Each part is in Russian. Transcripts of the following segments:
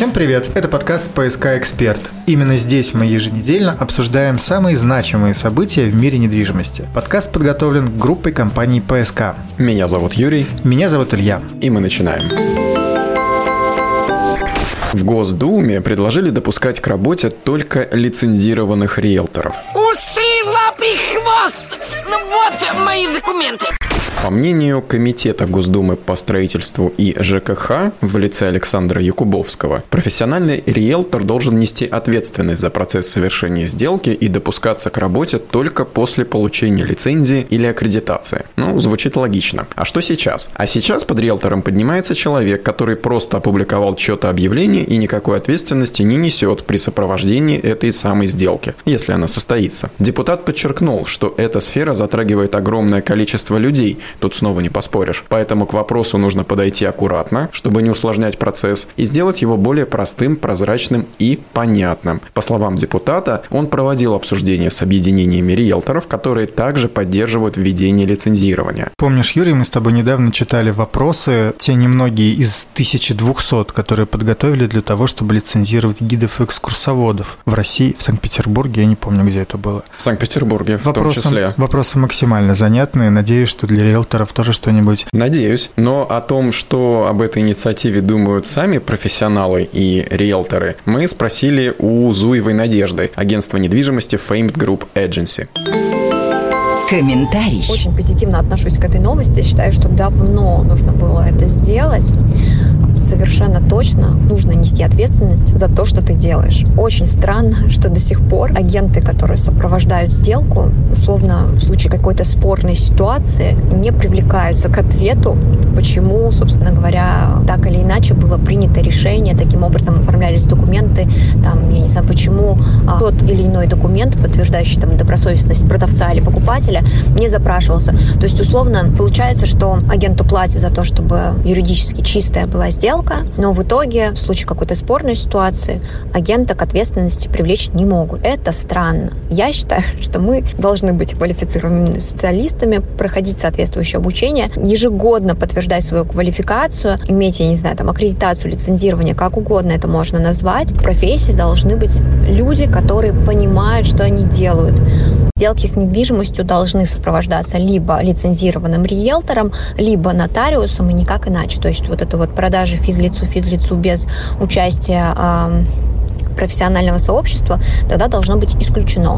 Всем привет! Это подкаст «ПСК Эксперт». Именно здесь мы еженедельно обсуждаем самые значимые события в мире недвижимости. Подкаст подготовлен группой компаний ПСК. Меня зовут Юрий. Меня зовут Илья. И мы начинаем. В Госдуме предложили допускать к работе только лицензированных риэлторов. Усы, лапы, хвост! Ну вот мои документы. По мнению Комитета Госдумы по строительству и ЖКХ в лице Александра Якубовского, профессиональный риэлтор должен нести ответственность за процесс совершения сделки и допускаться к работе только после получения лицензии или аккредитации. Звучит логично. А что сейчас? А сейчас под риэлтором поднимается человек, который просто опубликовал чье-то объявление и никакой ответственности не несет при сопровождении этой самой сделки, если она состоится. Депутат подчеркнул, что эта сфера затрагивает огромное количество людей. Тут снова не поспоришь. Поэтому к вопросу нужно подойти аккуратно, чтобы не усложнять процесс, и сделать его более простым, прозрачным и понятным. По словам депутата, он проводил обсуждение с объединениями риэлторов, которые также поддерживают введение лицензирования. Помнишь, Юрий, мы с тобой недавно читали вопросы, те немногие из 1200, которые подготовили для того, чтобы лицензировать гидов и экскурсоводов в России, в Санкт-Петербурге, я не помню, где это было. В Санкт-Петербурге в том числе. Вопросы максимально занятные, надеюсь, что для риэлторов тоже что-нибудь. Надеюсь, но о том, что об этой инициативе думают сами профессионалы и риэлторы, мы спросили у Зуевой Надежды, агентства недвижимости Famed Group Agency. Комментарий. Очень позитивно отношусь к этой новости. Считаю, что давно нужно было это сделать. Совершенно точно нужно нести ответственность за то, что ты делаешь. Очень странно, что до сих пор агенты, которые сопровождают сделку, условно, в случае какой-то спорной ситуации, не привлекаются к ответу, почему, собственно говоря, так или иначе было принято решение, таким образом оформлялись документы, я не знаю, почему тот или иной документ, подтверждающий добросовестность продавца или покупателя, не запрашивался. То есть, условно, получается, что агенту платят за то, чтобы юридически чистая была сделка, но в итоге, в случае какой-то спорной ситуации, агента к ответственности привлечь не могут. Это странно. Я считаю, что мы должны быть квалифицированными специалистами, проходить соответствующее обучение, ежегодно подтверждать свою квалификацию, иметь, аккредитацию, лицензирование, как угодно это можно назвать. В профессии должны быть люди, которые понимают, что они делают. Сделки с недвижимостью должны сопровождаться либо лицензированным риэлтором, либо нотариусом, и никак иначе. То есть это продажи физлицу без участия профессионального сообщества, тогда должно быть исключено.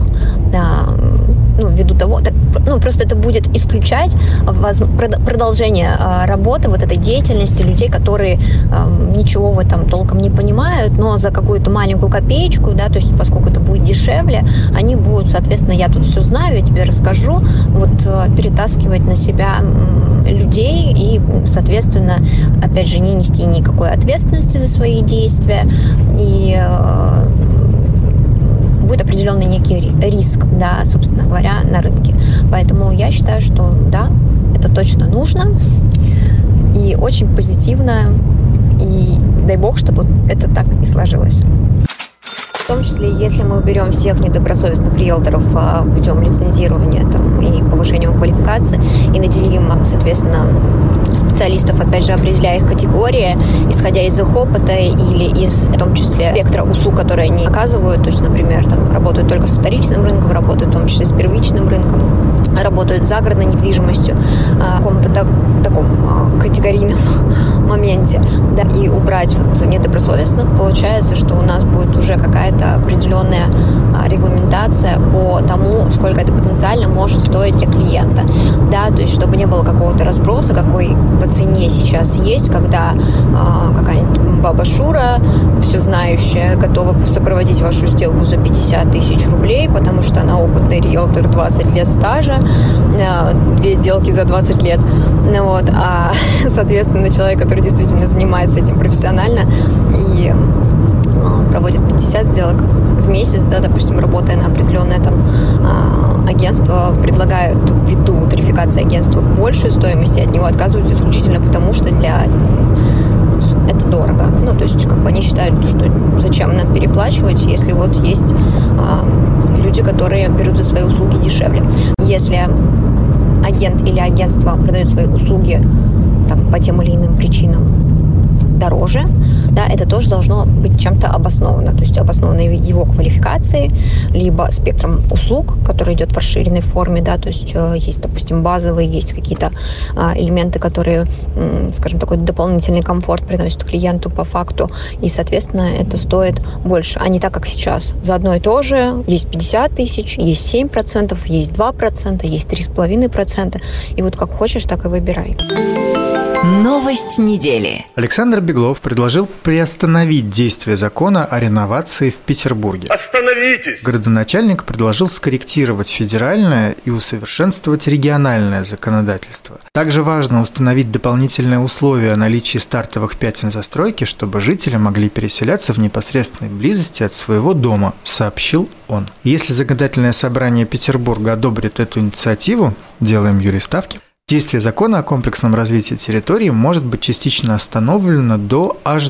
Ввиду того, просто это будет исключать продолжение работы, этой деятельности людей, которые ничего в этом толком не понимают, но за какую-то маленькую копеечку, то есть поскольку это будет дешевле, они будут, соответственно, я тут все знаю, я тебе расскажу, перетаскивать на себя людей и, соответственно, опять же, не нести никакой ответственности за свои действия, и будет определенный некий риск, собственно говоря, на рынке. Поэтому я считаю, что да, это точно нужно и очень позитивно, и дай бог, чтобы это так и сложилось. В том числе, если мы уберем всех недобросовестных риэлторов путем лицензирования и повышения квалификации и наделим, соответственно, специалистов, опять же, определяя их категории, исходя из их опыта или из, в том числе, спектра услуг, которые они оказывают, то есть, например, работают только с вторичным рынком, работают в том числе с первичным рынком, работают с загородной недвижимостью, в каком-то таком категорийном моменте, и убрать недобросовестных, получается, что у нас будет уже какая-то определенная регламентация по тому, сколько это потенциально может стоить для клиента, то есть чтобы не было какого-то разброса, какой по цене сейчас есть, когда какая-нибудь баба Шура, все знающая, готова сопроводить вашу сделку за 50 тысяч рублей, потому что она опытный риэлтор, 20 лет стажа, 2 сделки за 20 лет, а, соответственно, человек, который действительно занимается этим профессионально и проводит 50 сделок в месяц, допустим, работая на определенное агентство, предлагают ввиду тарификации агентства большую стоимость, и от него отказываются исключительно потому, что это дорого. То есть они считают, что зачем нам переплачивать, если есть люди, которые берут за свои услуги дешевле. Если агент или агентство продает свои услуги по тем или иным причинам дороже, да, это тоже должно быть чем-то обосновано, то есть обосновано его квалификацией, либо спектром услуг, который идет в расширенной форме, да, то есть есть, допустим, базовые, есть какие-то элементы, которые, скажем, такой дополнительный комфорт приносят клиенту по факту, и, соответственно, это стоит больше, а не так, как сейчас. За одно и то же есть 50 тысяч, есть 7%, есть 2%, есть 3,5%, и вот как хочешь, так и выбирай. Новость недели. Александр Беглов предложил приостановить действие закона о реновации в Петербурге. Остановитесь! Градоначальник предложил скорректировать федеральное и усовершенствовать региональное законодательство. Также важно установить дополнительные условия о наличии стартовых пятен застройки, чтобы жители могли переселяться в непосредственной близости от своего дома, сообщил он. Если законодательное собрание Петербурга одобрит эту инициативу, делаем Юрий ставки, действие закона о комплексном развитии территории может быть частично остановлено до аж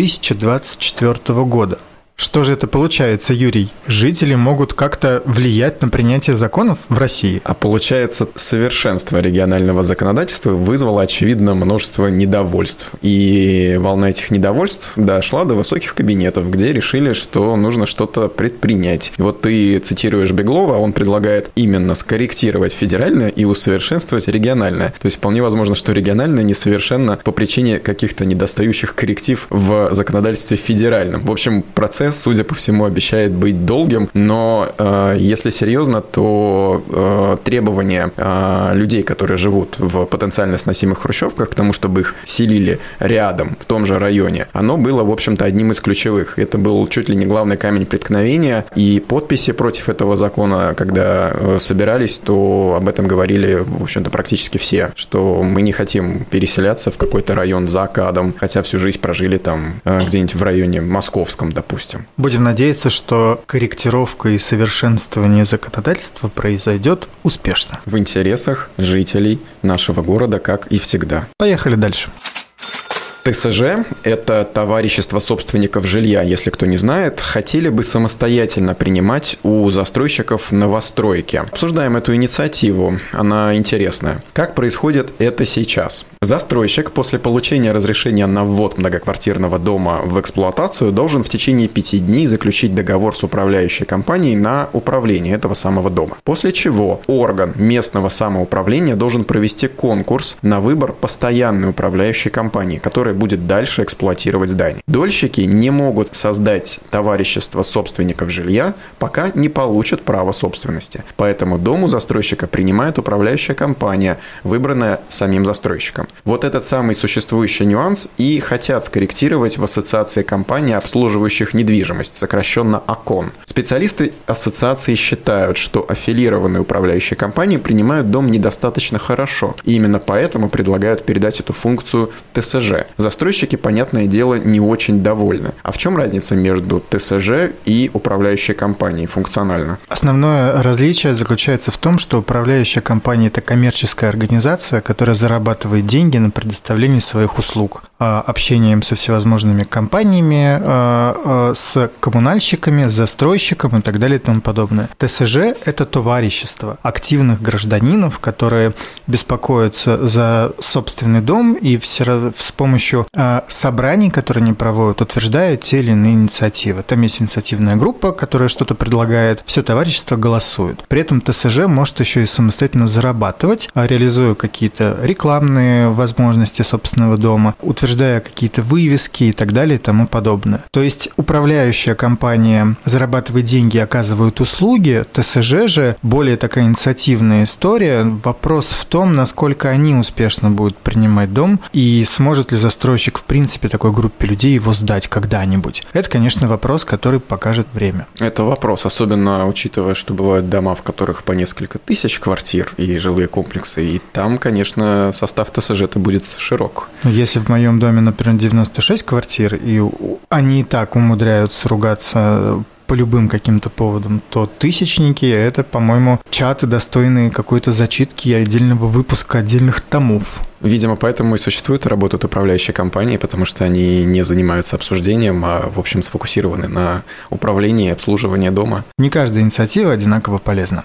2024 года. Что же это получается, Юрий? Жители могут как-то влиять на принятие законов в России? А получается, совершенство регионального законодательства вызвало, очевидно, множество недовольств. И волна этих недовольств дошла до высоких кабинетов, где решили, что нужно что-то предпринять. И вот ты цитируешь Беглова, он предлагает именно скорректировать федеральное и усовершенствовать региональное. То есть вполне возможно, что региональное несовершенно по причине каких-то недостающих корректив в законодательстве федеральном. В общем, процесс, судя по всему, обещает быть долгим, но если серьезно, то требования людей, которые живут в потенциально сносимых хрущевках, к тому, чтобы их селили рядом, в том же районе, оно было, в общем-то, одним из ключевых. Это был чуть ли не главный камень преткновения, и подписи против этого закона, когда собирались, то об этом говорили, в общем-то, практически все, что мы не хотим переселяться в какой-то район за КАДом, хотя всю жизнь прожили там где-нибудь в районе московском, допустим. Будем надеяться, что корректировка и совершенствование законодательства произойдет успешно. В интересах жителей нашего города, как и всегда. Поехали дальше. ТСЖ – это товарищество собственников жилья, если кто не знает, хотели бы самостоятельно принимать у застройщиков новостройки. Обсуждаем эту инициативу, она интересная. Как происходит это сейчас? Застройщик после получения разрешения на ввод многоквартирного дома в эксплуатацию должен в течение 5 дней заключить договор с управляющей компанией на управление этого самого дома. После чего орган местного самоуправления должен провести конкурс на выбор постоянной управляющей компании, которая будет дальше эксплуатировать здание. Дольщики не могут создать товарищество собственников жилья, пока не получат право собственности. Поэтому дом у застройщика принимает управляющая компания, выбранная самим застройщиком. Вот этот самый существующий нюанс и хотят скорректировать в Ассоциации компаний, обслуживающих недвижимость, сокращенно АКОН. Специалисты ассоциации считают, что аффилированные управляющие компании принимают дом недостаточно хорошо, и именно поэтому предлагают передать эту функцию ТСЖ. Застройщики, понятное дело, не очень довольны. А в чем разница между ТСЖ и управляющей компанией функционально? Основное различие заключается в том, что управляющая компания – это коммерческая организация, которая зарабатывает деньги на предоставлении своих услуг, общением со всевозможными компаниями, с коммунальщиками, с застройщиком и так далее и тому подобное. ТСЖ – это товарищество активных гражданинов, которые беспокоятся за собственный дом и с помощью собраний, которые они проводят, утверждают те или иные инициативы. Там есть инициативная группа, которая что-то предлагает, все товарищество голосует. При этом ТСЖ может еще и самостоятельно зарабатывать, реализуя какие-то рекламные возможности собственного дома, утверждая какие-то вывески и так далее и тому подобное. То есть управляющая компания зарабатывает деньги, оказывает услуги, ТСЖ же более такая инициативная история. Вопрос в том, насколько они успешно будут принимать дом и сможет ли застройщик в принципе такой группе людей его сдать когда-нибудь. Это, конечно, вопрос, который покажет время. Это вопрос, особенно учитывая, что бывают дома, в которых по несколько тысяч квартир и жилые комплексы, и там, конечно, состав ТСЖ-то будет широк. Если в моем доме, например, 96 квартир, и они и так умудряются ругаться по любым каким-то поводам, то тысячники – это, по-моему, чаты, достойные какой-то зачитки и отдельного выпуска отдельных томов. Видимо, поэтому и существует и работают управляющие компании, потому что они не занимаются обсуждением, а, в общем, сфокусированы на управлении и обслуживании дома. Не каждая инициатива одинаково полезна.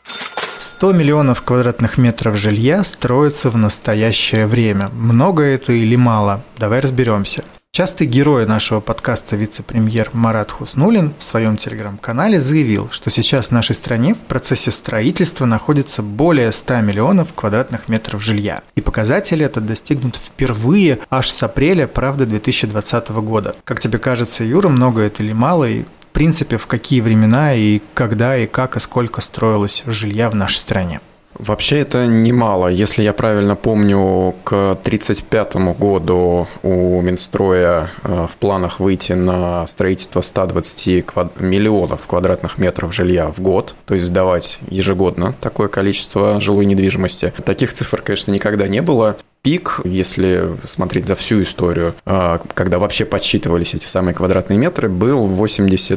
100 миллионов квадратных метров жилья строятся в настоящее время. Много это или мало? Давай разберемся. Частый герой нашего подкаста вице-премьер Марат Хуснуллин в своем телеграм-канале заявил, что сейчас в нашей стране в процессе строительства находится более 100 миллионов квадратных метров жилья. И показатель этот достигнут впервые аж с апреля, правда, 2020 года. Как тебе кажется, Юра, много это или мало? И в принципе, в какие времена и когда и как и сколько строилось жилья в нашей стране? Вообще это немало. Если я правильно помню, к 1935 году у Минстроя в планах выйти на строительство 120 миллионов квадратных метров жилья в год, то есть сдавать ежегодно такое количество жилой недвижимости. Таких цифр, конечно, никогда не было. Пик, если смотреть за всю историю, когда вообще подсчитывались эти самые квадратные метры, был в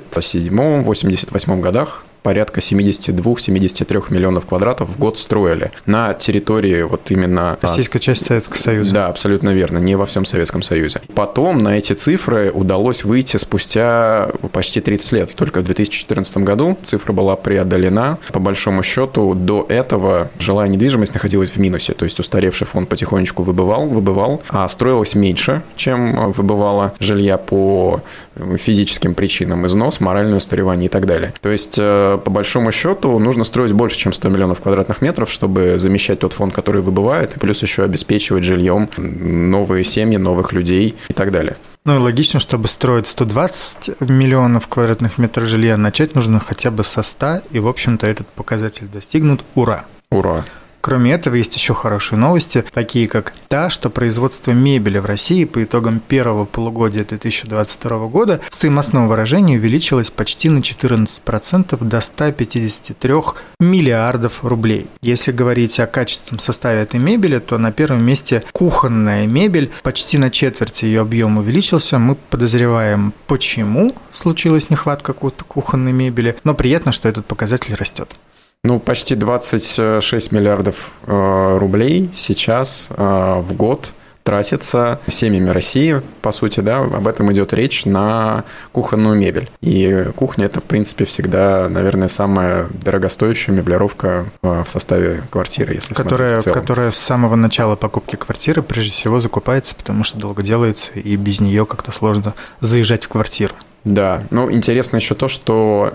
87-88 годах. Порядка 72-73 миллионов квадратов в год строили на территории вот именно... Российская часть Советского Союза. Да, абсолютно верно, не во всем Советском Союзе. Потом на эти цифры удалось выйти спустя почти 30 лет. Только в 2014 году цифра была преодолена. По большому счету, до этого жилая недвижимость находилась в минусе, то есть устаревший фонд потихонечку выбывал, а строилось меньше, чем выбывало жилья по физическим причинам, износ, моральное устаревание и так далее. То есть, по большому счету, нужно строить больше, чем 100 миллионов квадратных метров, чтобы замещать тот фонд, который выбывает, и плюс еще обеспечивать жильем новые семьи, новых людей и так далее. Ну и логично, чтобы строить 120 миллионов квадратных метров жилья, начать нужно хотя бы со 100, и, в общем-то, этот показатель достигнут. Ура! Ура! Кроме этого, есть еще хорошие новости, такие как та, что производство мебели в России по итогам первого полугодия 2022 года в стоимостном выражении увеличилось почти на 14% до 153 миллиардов рублей. Если говорить о качественном составе этой мебели, то на первом месте кухонная мебель, почти на четверть ее объем увеличился. Мы подозреваем, почему случилась нехватка кухонной мебели, но приятно, что этот показатель растет. Ну, почти 26 миллиардов рублей сейчас в год тратится семьями России, по сути, да, об этом идет речь, на кухонную мебель. И кухня – это, в принципе, всегда, наверное, самая дорогостоящая меблировка в составе квартиры, если смотреть в целом. Которая с самого начала покупки квартиры прежде всего закупается, потому что долго делается, и без нее как-то сложно заезжать в квартиру. Да, ну интересно еще то, что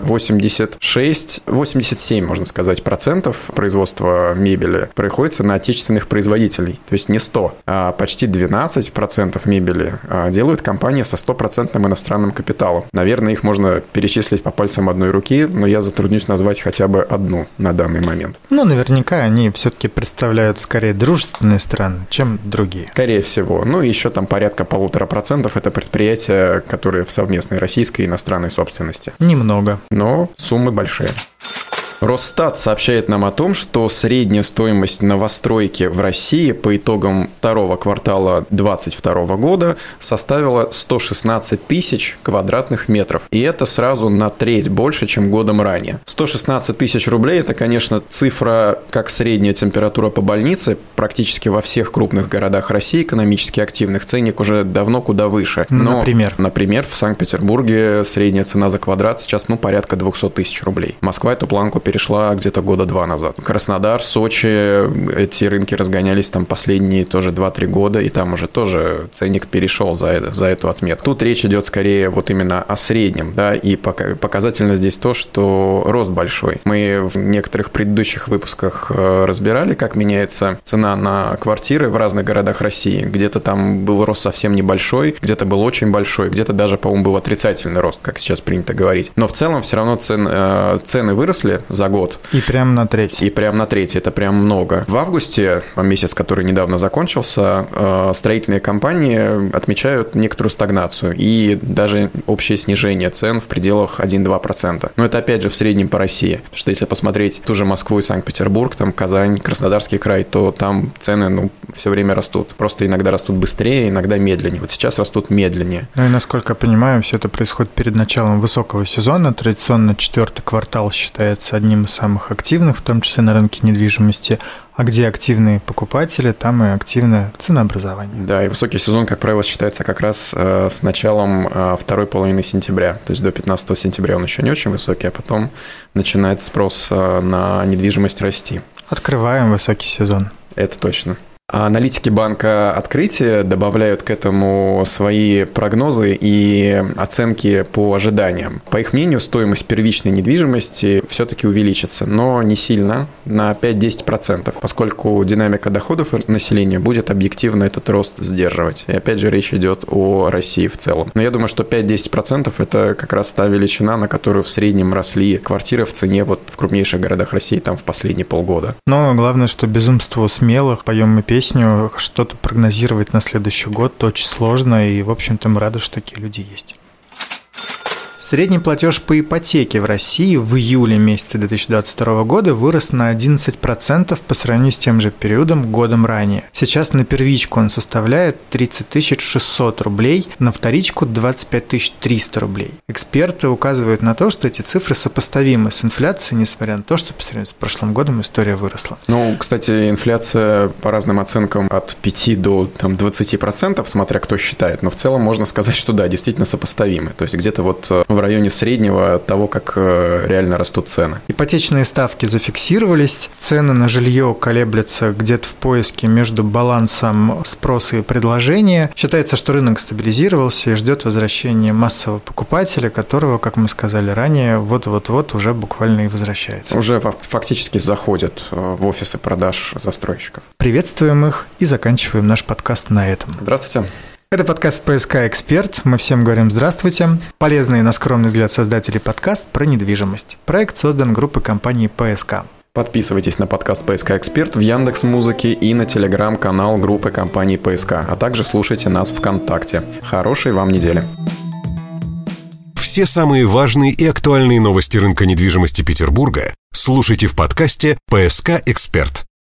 87, можно сказать, процентов производства мебели приходится на отечественных производителей, то есть не 100, а почти 12% мебели делают компании со 100% иностранным капиталом. Наверное, их можно перечислить по пальцам одной руки, но я затруднюсь назвать хотя бы одну на данный момент. Ну, наверняка они все-таки представляют скорее дружественные страны, чем другие. Скорее всего. Ну, еще там порядка 1,5% это предприятия, которые в совместной российской и иностранной собственности. Немного. Но суммы большие. Росстат сообщает нам о том, что средняя стоимость новостройки в России по итогам второго квартала 2022 года составила 116 тысяч квадратных метров. И это сразу на треть больше, чем годом ранее. 116 тысяч рублей – это, конечно, цифра как средняя температура по больнице. Практически во всех крупных городах России экономически активных ценник уже давно куда выше. Но, например, в Санкт-Петербурге средняя цена за квадрат сейчас порядка 200 тысяч рублей. Москва эту планку перешла где-то года 2 назад. Краснодар, Сочи, эти рынки разгонялись там последние тоже 2-3 года, и там уже тоже ценник перешел за эту отметку. Тут речь идет скорее вот именно о среднем, да, и показательно здесь то, что рост большой. Мы в некоторых предыдущих выпусках разбирали, как меняется цена на квартиры в разных городах России. Где-то там был рост совсем небольшой, где-то был очень большой, где-то даже, по-моему, был отрицательный рост, как сейчас принято говорить. Но в целом все равно цены выросли за год. И прям на треть. Это прям много. В августе, месяц, который недавно закончился, строительные компании отмечают некоторую стагнацию и даже общее снижение цен в пределах 1-2%. Но это опять же в среднем по России. Потому что если посмотреть ту же Москву и Санкт-Петербург, там Казань, Краснодарский край, то там цены все время растут. Просто иногда растут быстрее, иногда медленнее. Вот сейчас растут медленнее. Ну и насколько я понимаю, все это происходит перед началом высокого сезона. Традиционно 4-й квартал считается одним из самых активных, в том числе на рынке недвижимости. А где активные покупатели, там и активное ценообразование. Да, и высокий сезон, как правило, считается как раз с началом второй половины сентября. То есть до 15 сентября он еще не очень высокий, а потом начинает спрос на недвижимость расти. Открываем высокий сезон. Это точно. А аналитики банка «Открытие» добавляют к этому свои прогнозы и оценки по ожиданиям. По их мнению, стоимость первичной недвижимости все-таки увеличится, но не сильно, на 5-10%, поскольку динамика доходов населения будет объективно этот рост сдерживать. И опять же, речь идет о России в целом. Но я думаю, что 5-10% это как раз та величина, на которую в среднем росли квартиры в цене вот в крупнейших городах России там в последние полгода. Но главное, что безумство смелых, поем мы песню, что-то прогнозировать на следующий год очень сложно, и, в общем-то, мы рады, что такие люди есть. Средний платеж по ипотеке в России в июле месяце 2022 года вырос на 11% по сравнению с тем же периодом годом ранее. Сейчас на первичку он составляет 30 600 рублей, на вторичку 25 300 рублей. Эксперты указывают на то, что эти цифры сопоставимы с инфляцией, несмотря на то, что по сравнению с прошлым годом история выросла. Ну, кстати, инфляция по разным оценкам от 5 до 20%, смотря кто считает, но в целом можно сказать, что да, действительно сопоставимы. То есть где-то вот в районе среднего того, как реально растут цены. Ипотечные ставки зафиксировались, цены на жилье колеблются где-то в поиске между балансом спроса и предложения. Считается, что рынок стабилизировался и ждет возвращения массового покупателя, которого, как мы сказали ранее, вот-вот-вот уже буквально и возвращается. Уже фактически заходят в офисы продаж застройщиков. Приветствуем их и заканчиваем наш подкаст на этом. Здравствуйте. Это подкаст «ПСК Эксперт». Мы всем говорим здравствуйте. Полезный, на скромный взгляд создателей подкаст про недвижимость. Проект создан группой компании «ПСК». Подписывайтесь на подкаст «ПСК Эксперт» в Яндекс.Музыке и на телеграм-канал группы компании «ПСК», а также слушайте нас ВКонтакте. Хорошей вам недели. Все самые важные и актуальные новости рынка недвижимости Петербурга слушайте в подкасте «ПСК Эксперт».